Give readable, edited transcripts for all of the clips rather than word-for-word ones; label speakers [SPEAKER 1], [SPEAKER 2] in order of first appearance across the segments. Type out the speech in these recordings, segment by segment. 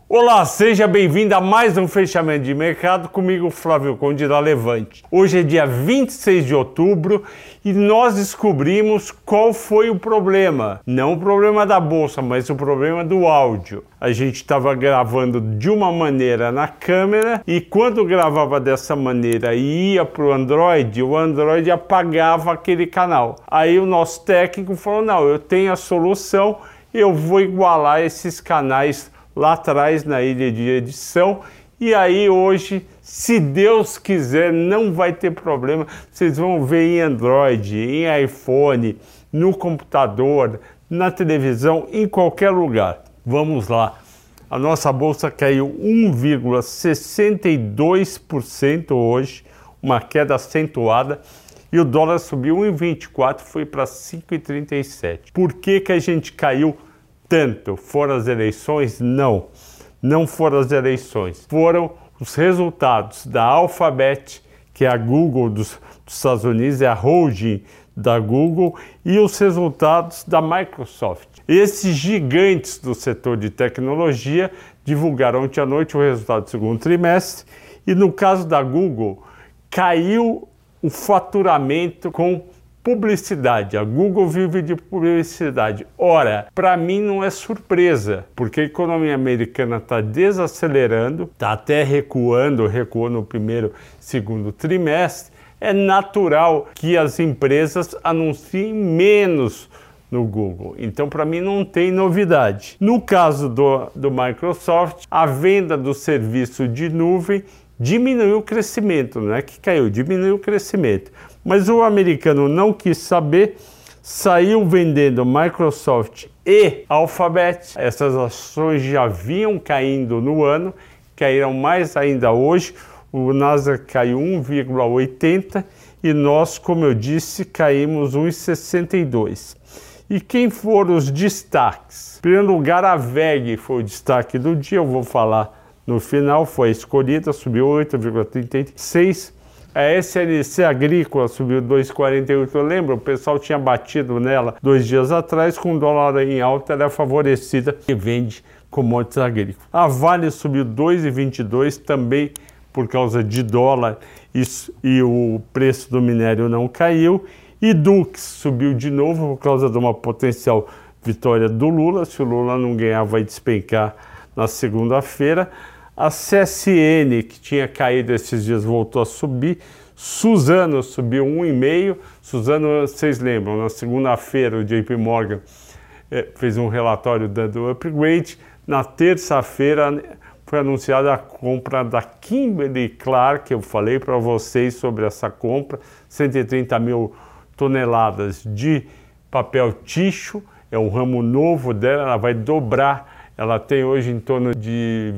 [SPEAKER 1] Olá, seja bem-vindo a mais um fechamento de mercado comigo, Flávio Conde da Levante. Hoje é dia 26 de outubro e nós descobrimos qual foi o problema. Não o problema da bolsa, mas o problema do áudio. A gente estava gravando de uma maneira na câmera e quando gravava dessa maneira e ia para o Android apagava aquele canal. Aí o nosso técnico falou, não, eu tenho a solução, eu vou igualar esses canais lá atrás na ilha de edição, e aí hoje, se Deus quiser, não vai ter problema, vocês vão ver em Android, em iPhone, no computador, na televisão, em qualquer lugar. Vamos lá, a nossa bolsa caiu 1,62% hoje, uma queda acentuada, e o dólar subiu 1,24, foi para 5,37. Por que que a gente caiu tanto? Foram as eleições? Não foram as eleições. Foram os resultados da Alphabet, que é a Google dos Estados Unidos, é a holding da Google, e os resultados da Microsoft. Esses gigantes do setor de tecnologia divulgaram ontem à noite o resultado do segundo trimestre, e no caso da Google, caiu o faturamento com publicidade. A Google vive de publicidade. Ora, para mim não é surpresa, porque a economia americana está desacelerando, está até recuou no primeiro, segundo trimestre. É natural que as empresas anunciem menos no Google. Então, para mim, não tem novidade. No caso do Microsoft, a venda do serviço de nuvem diminuiu o crescimento, não é que caiu, diminuiu o crescimento. Mas o americano não quis saber, saiu vendendo Microsoft e Alphabet. Essas ações já vinham caindo no ano, caíram mais ainda hoje. O Nasdaq caiu 1,80 e nós, como eu disse, caímos 1,62. E quem foram os destaques? Em primeiro lugar, a VEG foi o destaque do dia, eu vou falar no final, foi escolhida, subiu 8,36. A SLC Agrícola subiu 2,48. Eu lembro, o pessoal tinha batido nela 2 dias atrás, com o dólar em alta, ela é favorecida e vende commodities agrícolas. A Vale subiu 2,22, também por causa de dólar e o preço do minério não caiu. E Dux subiu de novo por causa de uma potencial vitória do Lula. Se o Lula não ganhar, vai despencar na segunda-feira. A CSN, que tinha caído esses dias, voltou a subir. Suzano subiu 1,5. Suzano, vocês lembram, na segunda-feira o JP Morgan fez um relatório dando upgrade. Na terça-feira foi anunciada a compra da Kimberly-Clark, eu falei para vocês sobre essa compra, 130 mil toneladas de papel tixo, é um ramo novo dela, ela vai dobrar. Ela tem hoje em torno de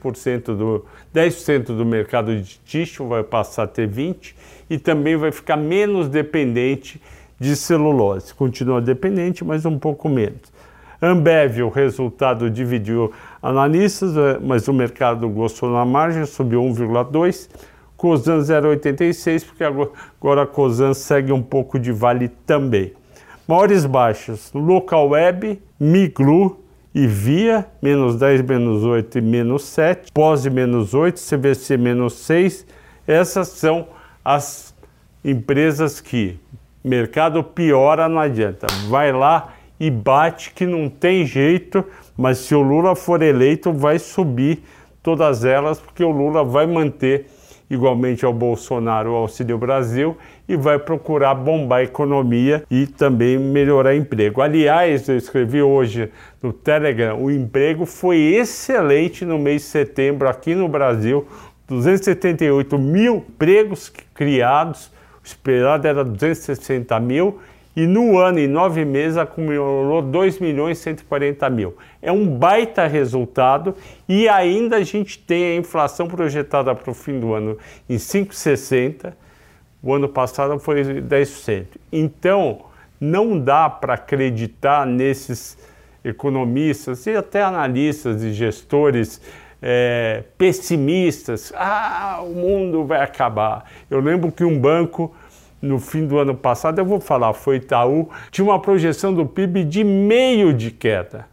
[SPEAKER 1] 10% do mercado de tixo, vai passar a ter 20%, e também vai ficar menos dependente de celulose. Continua dependente, mas um pouco menos. Ambev, o resultado dividiu analistas, mas o mercado gostou na margem, subiu 1,2%. Cosan 0,86%, porque agora a Cosan segue um pouco de Vale também. Maiores baixas, Localweb, Miglu e Via, menos 10, menos 8 e menos 7, POSE menos 8, CVC menos 6. Essas são as empresas que mercado piora, não adianta. Vai lá e bate que não tem jeito, mas se o Lula for eleito vai subir todas elas, porque o Lula vai manter igualmente ao Bolsonaro o Auxílio Brasil e vai procurar bombar a economia e também melhorar emprego. Aliás, eu escrevi hoje no Telegram, o emprego foi excelente no mês de setembro aqui no Brasil, 278 mil empregos criados, o esperado era 260 mil, e no ano, em 9 meses, acumulou 2.140.000. É um baita resultado e ainda a gente tem a inflação projetada para o fim do ano em 5,60%. O ano passado foi 10%. Então, não dá para acreditar nesses economistas e até analistas e gestores pessimistas. O mundo vai acabar. Eu lembro que um banco no fim do ano passado, eu vou falar, foi Itaú, tinha uma projeção do PIB de 0,5% de queda.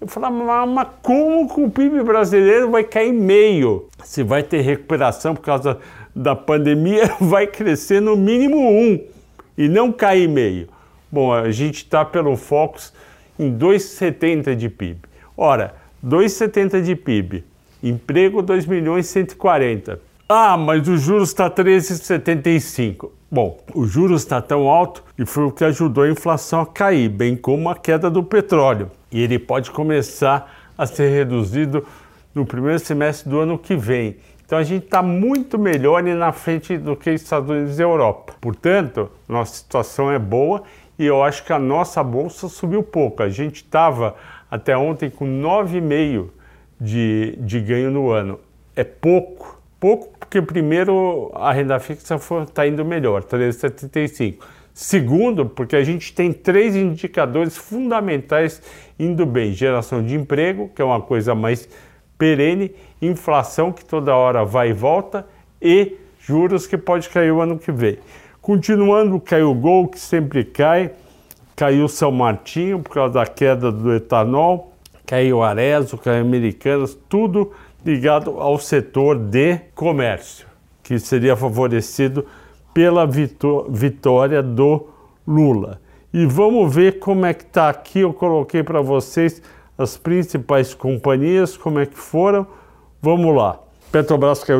[SPEAKER 1] Eu falava, mas como que o PIB brasileiro vai cair meio? Se vai ter recuperação por causa da pandemia, vai crescer no mínimo 1 e não cair meio. Bom, a gente está pelo Focus em 2,70 de PIB. Ora, 2,70 de PIB, emprego 2.140.000. Ah, mas o juros está 13,75. Bom, o juros está tão alto e foi o que ajudou a inflação a cair, bem como a queda do petróleo. E ele pode começar a ser reduzido no primeiro semestre do ano que vem. Então a gente está muito melhor e na frente do que Estados Unidos e Europa. Portanto, nossa situação é boa e eu acho que a nossa bolsa subiu pouco. A gente estava até ontem com 9,5% de ganho no ano. É pouco. Pouco porque primeiro a renda fixa está indo melhor, 13,75. Segundo, porque a gente tem 3 indicadores fundamentais indo bem. Geração de emprego, que é uma coisa mais perene, inflação, que toda hora vai e volta, e juros, que pode cair o ano que vem. Continuando, caiu o Gol, que sempre cai, caiu o São Martinho por causa da queda do etanol, caiu a Arezzo, caiu Americanas, tudo ligado ao setor de comércio, que seria favorecido pela vitória do Lula. E vamos ver como é que está aqui. Eu coloquei para vocês as principais companhias, como é que foram. Vamos lá. Petrobras caiu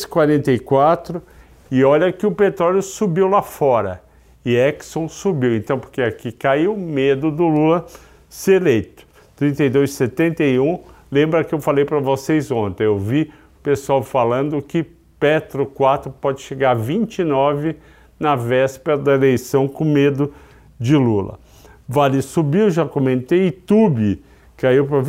[SPEAKER 1] 2,44 e olha que o petróleo subiu lá fora. E Exxon subiu. Então, porque aqui caiu, medo do Lula ser eleito. 32,71. Lembra que eu falei para vocês ontem, eu vi o pessoal falando que Petro 4 pode chegar a 29 na véspera da eleição com medo de Lula. Vale subiu, já comentei, Itube caiu para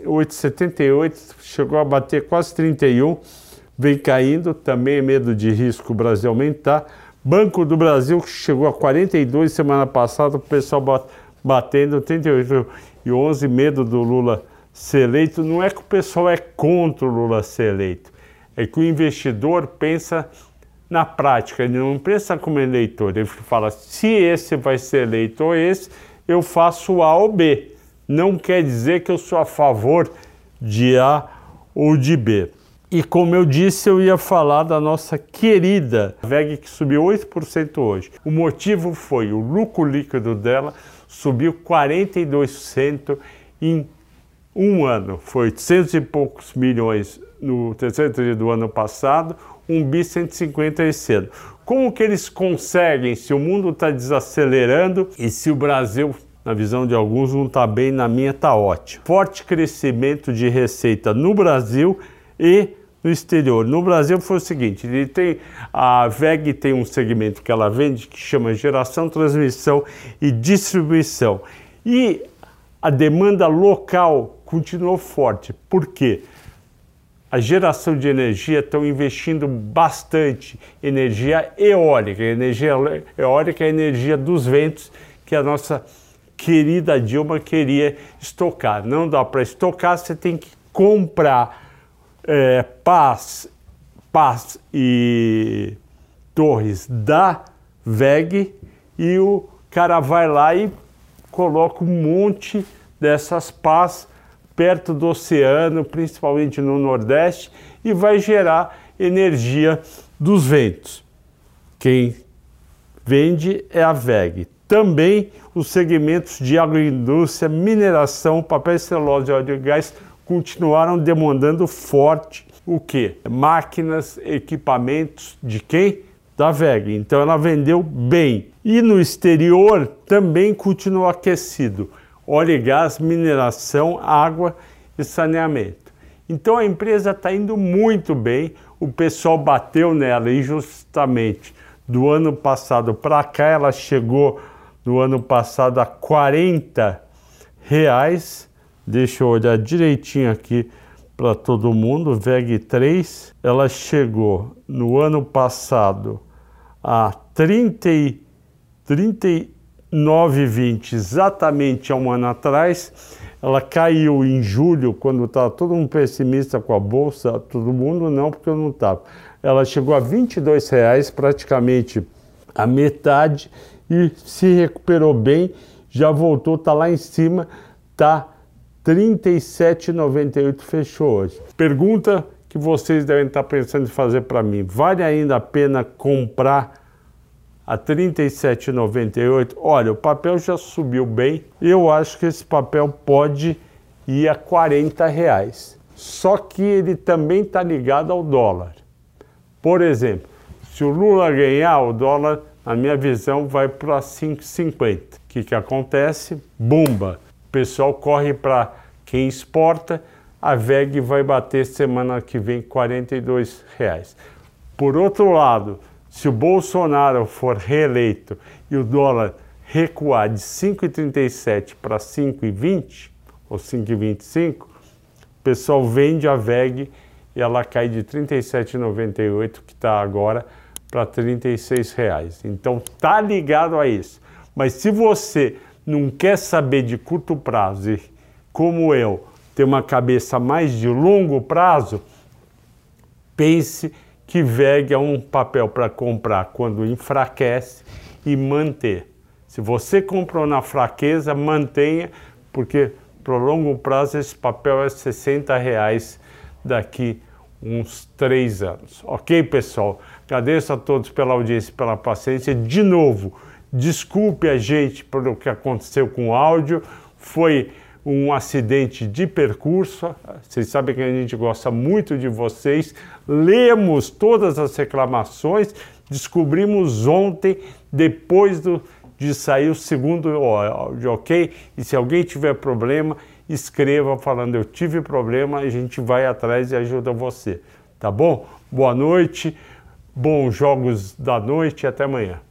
[SPEAKER 1] 28,78, chegou a bater quase 31, vem caindo, também é medo de risco o Brasil aumentar. Banco do Brasil chegou a 42 semana passada, o pessoal batendo 38,11, medo do Lula ser eleito. Não é que o pessoal é contra o Lula ser eleito, é que o investidor pensa na prática, ele não pensa como eleitor, ele fala, se esse vai ser eleito ou esse, eu faço A ou B. Não quer dizer que eu sou a favor de A ou de B. E como eu disse, eu ia falar da nossa querida VEG, que subiu 8% hoje. O motivo foi o lucro líquido dela subiu 42% em um ano. Foi 800 e poucos milhões no terceiro trimestre do ano passado, 1.150 esse ano. Como que eles conseguem, se o mundo está desacelerando e se o Brasil, na visão de alguns, não está bem, na minha está ótimo. Forte crescimento de receita no Brasil e no exterior. No Brasil foi o seguinte, a VEG tem um segmento que ela vende que chama geração, transmissão e distribuição. E a demanda local continuou forte. Por quê? A geração de energia estão investindo bastante em energia eólica. A energia eólica é a energia dos ventos que a nossa querida Dilma queria estocar. Não dá para estocar, você tem que comprar pás e torres da VEG e o cara vai lá e coloca um monte dessas pás perto do oceano, principalmente no Nordeste, e vai gerar energia dos ventos. Quem vende é a VEG. Também os segmentos de agroindústria, mineração, papel e celulose e óleo e gás continuaram demandando forte o quê? Máquinas, equipamentos de quem? Da VEG. Então ela vendeu bem. E no exterior também continuou aquecido. Óleo e gás, mineração, água e saneamento. Então a empresa está indo muito bem, o pessoal bateu nela injustamente. Do ano passado para cá, ela chegou no ano passado a R$40. Deixa eu olhar direitinho aqui para todo mundo. VEG 3, ela chegou no ano passado a 39,20, exatamente há um ano atrás. Ela caiu em julho, quando estava todo mundo pessimista com a bolsa, todo mundo não, porque eu não estava. Ela chegou a R$22, praticamente a metade, e se recuperou bem, já voltou, está lá em cima, está 37,98 fechou hoje. Pergunta que vocês devem estar pensando em fazer para mim: vale ainda a pena comprar a 37,98? Olha, o papel já subiu bem. Eu acho que esse papel pode ir a R$40. Só que ele também está ligado ao dólar. Por exemplo, se o Lula ganhar, o dólar, na minha visão, vai para 5,50. O que acontece? Bumba! O pessoal corre para quem exporta. A WEG vai bater semana que vem R$42. Por outro lado, se o Bolsonaro for reeleito e o dólar recuar de 5,37 para 5,20 ou 5,25, o pessoal vende a WEG e ela cai de R$ 37,98, que está agora, para R$ 36. Então tá ligado a isso. Mas se você não quer saber de curto prazo e, como eu, ter uma cabeça mais de longo prazo, pense que WEG é um papel para comprar quando enfraquece e manter. Se você comprou na fraqueza, mantenha, porque para o longo prazo esse papel é R$ 60 daqui uns 3 anos. Ok, pessoal? Agradeço a todos pela audiência e pela paciência. De novo, desculpe a gente pelo que aconteceu com o áudio. Foi um acidente de percurso. Vocês sabem que a gente gosta muito de vocês. Lemos todas as reclamações. Descobrimos ontem, depois de sair o segundo áudio, ok? E se alguém tiver problema, escreva falando: eu tive problema, a gente vai atrás e ajuda você. Tá bom? Boa noite, bons jogos da noite e até amanhã.